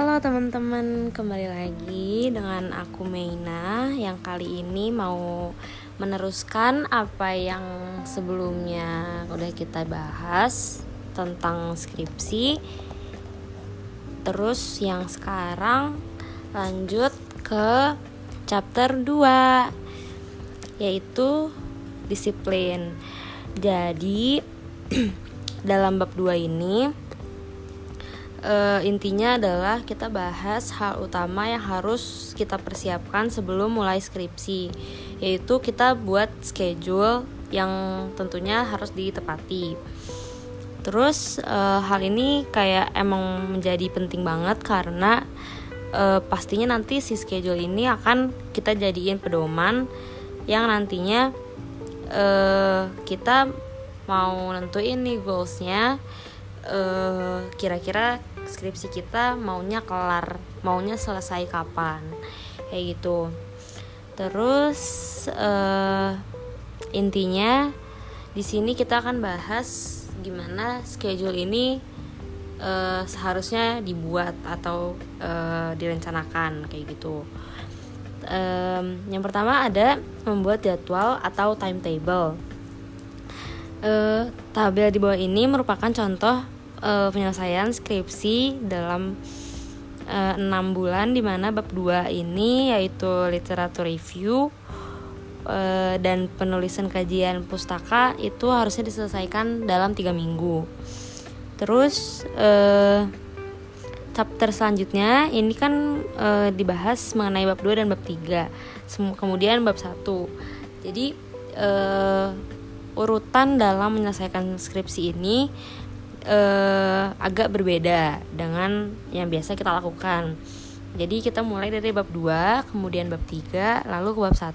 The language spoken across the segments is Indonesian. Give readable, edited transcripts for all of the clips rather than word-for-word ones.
Halo teman-teman, kembali lagi dengan aku Meina yang kali ini mau meneruskan apa yang sebelumnya udah kita bahas tentang skripsi. Terus yang sekarang lanjut ke chapter 2, yaitu disiplin. Jadi dalam bab 2 ini intinya adalah kita bahas hal utama yang harus kita persiapkan sebelum mulai skripsi, yaitu kita buat schedule yang tentunya harus ditepati. Terus hal ini kayak emang menjadi penting banget karena pastinya nanti si schedule ini akan kita jadiin pedoman yang nantinya kita mau nentuin nih goalsnya, kira-kira skripsi kita maunya selesai kapan, kayak gitu. Terus intinya di sini kita akan bahas gimana schedule ini seharusnya dibuat atau direncanakan, kayak gitu. Yang pertama ada membuat jadwal atau timetable. Tabel di bawah ini merupakan contoh penyelesaian skripsi dalam 6 bulan, di mana bab 2 ini yaitu literatur review dan penulisan kajian pustaka itu harusnya diselesaikan dalam 3 minggu. Terus chapter selanjutnya ini kan dibahas mengenai bab 2 dan bab 3, kemudian bab 1. Jadi urutan dalam menyelesaikan skripsi ini agak berbeda dengan yang biasa kita lakukan. Jadi kita mulai dari bab 2, kemudian bab 3, lalu ke bab 1.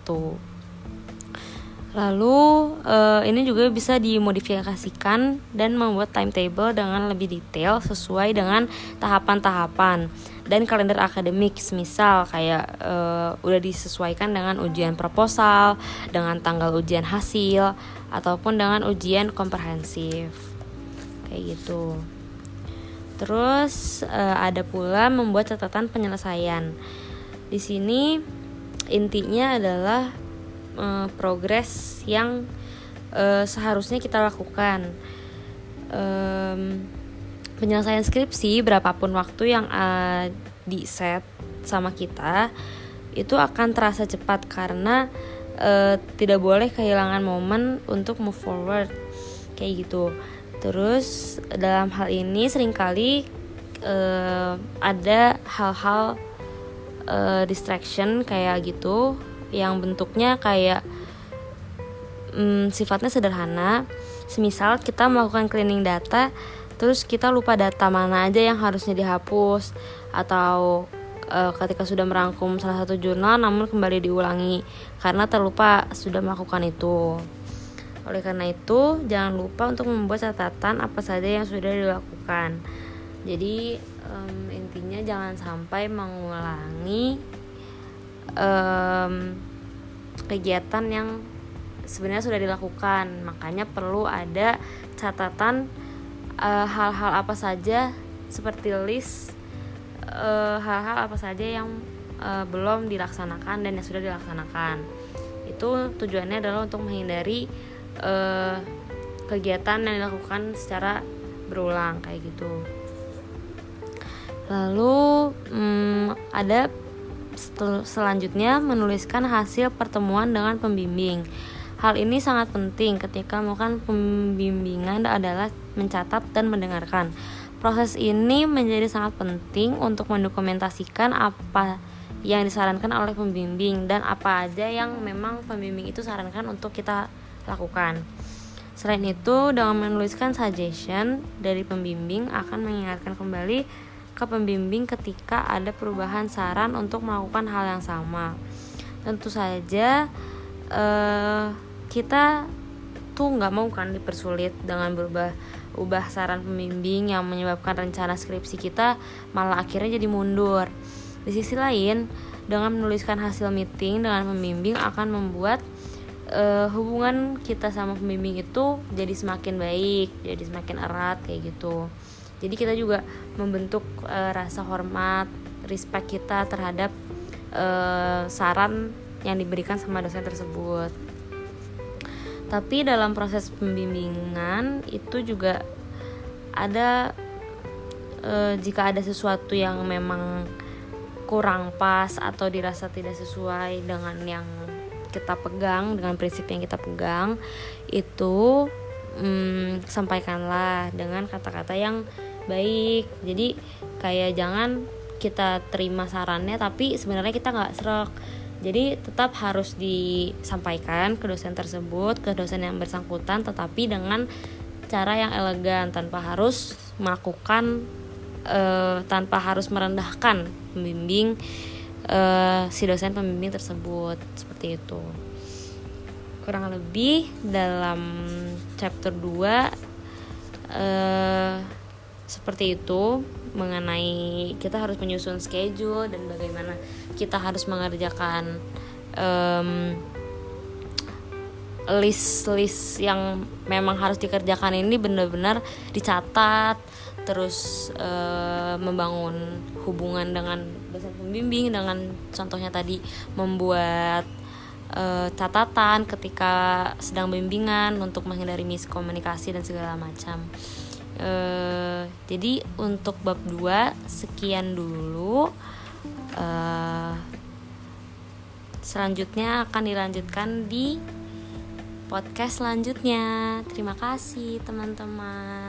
Lalu ini juga bisa dimodifikasikan dan membuat timetable dengan lebih detail sesuai dengan tahapan-tahapan dan kalender akademik. Misal kayak udah disesuaikan dengan ujian proposal, dengan tanggal ujian hasil, ataupun dengan ujian komprehensif, kayak gitu. Terus ada pula membuat catatan penyelesaian. Di sini intinya adalah progres yang seharusnya kita lakukan. Penyelesaian skripsi berapapun waktu yang di set sama kita itu akan terasa cepat karena tidak boleh kehilangan momen untuk move forward, kayak gitu. Terus dalam hal ini seringkali ada hal-hal distraction kayak gitu yang bentuknya kayak sifatnya sederhana. Semisal kita melakukan cleaning data, terus kita lupa data mana aja yang harusnya dihapus, atau ketika sudah merangkum salah satu jurnal namun kembali diulangi karena terlupa sudah melakukan itu. Oleh karena itu, jangan lupa untuk membuat catatan apa saja yang sudah dilakukan. Jadi intinya jangan sampai mengulangi kegiatan yang sebenarnya sudah dilakukan. Makanya perlu ada catatan hal-hal apa saja, seperti list hal-hal apa saja yang belum dilaksanakan dan yang sudah dilaksanakan. Itu tujuannya adalah untuk menghindari kegiatan yang dilakukan secara berulang, kayak gitu. Lalu ada selanjutnya menuliskan hasil pertemuan dengan pembimbing. Hal ini sangat penting ketika melakukan pembimbingan adalah mencatat dan mendengarkan. Proses ini menjadi sangat penting untuk mendokumentasikan apa yang disarankan oleh pembimbing dan apa aja yang memang pembimbing itu sarankan untuk kita lakukan. Selain itu, dengan menuliskan suggestion dari pembimbing akan mengingatkan kembali ke pembimbing ketika ada perubahan saran untuk melakukan hal yang sama. Tentu saja kita tuh nggak mau kan dipersulit dengan berubah saran pembimbing yang menyebabkan rencana skripsi kita malah akhirnya jadi mundur. Di sisi lain, dengan menuliskan hasil meeting dengan pembimbing akan membuat hubungan kita sama pembimbing itu jadi semakin baik, jadi semakin erat, kayak gitu. Jadi kita juga membentuk rasa hormat, respect kita terhadap saran yang diberikan sama dosen tersebut. Tapi dalam proses pembimbingan itu juga ada jika ada sesuatu yang memang kurang pas atau dirasa tidak sesuai dengan yang kita pegang, dengan prinsip yang kita pegang, itu sampaikanlah dengan kata-kata yang baik. Jadi kayak jangan kita terima sarannya tapi sebenarnya kita nggak srek. Jadi tetap harus disampaikan ke dosen tersebut, ke dosen yang bersangkutan, tetapi dengan cara yang elegan, tanpa harus melakukan tanpa harus merendahkan pembimbing si dosen pembimbing tersebut. Seperti itu kurang lebih dalam chapter 2 seperti itu, mengenai kita harus menyusun schedule dan bagaimana kita harus mengerjakan list yang memang harus dikerjakan ini benar-benar dicatat, terus membangun hubungan dengan dosen pembimbing dengan contohnya tadi membuat catatan ketika sedang bimbingan untuk menghindari miskomunikasi dan segala macam. Jadi untuk bab 2 sekian dulu. Selanjutnya akan dilanjutkan di podcast selanjutnya. Terima kasih teman-teman.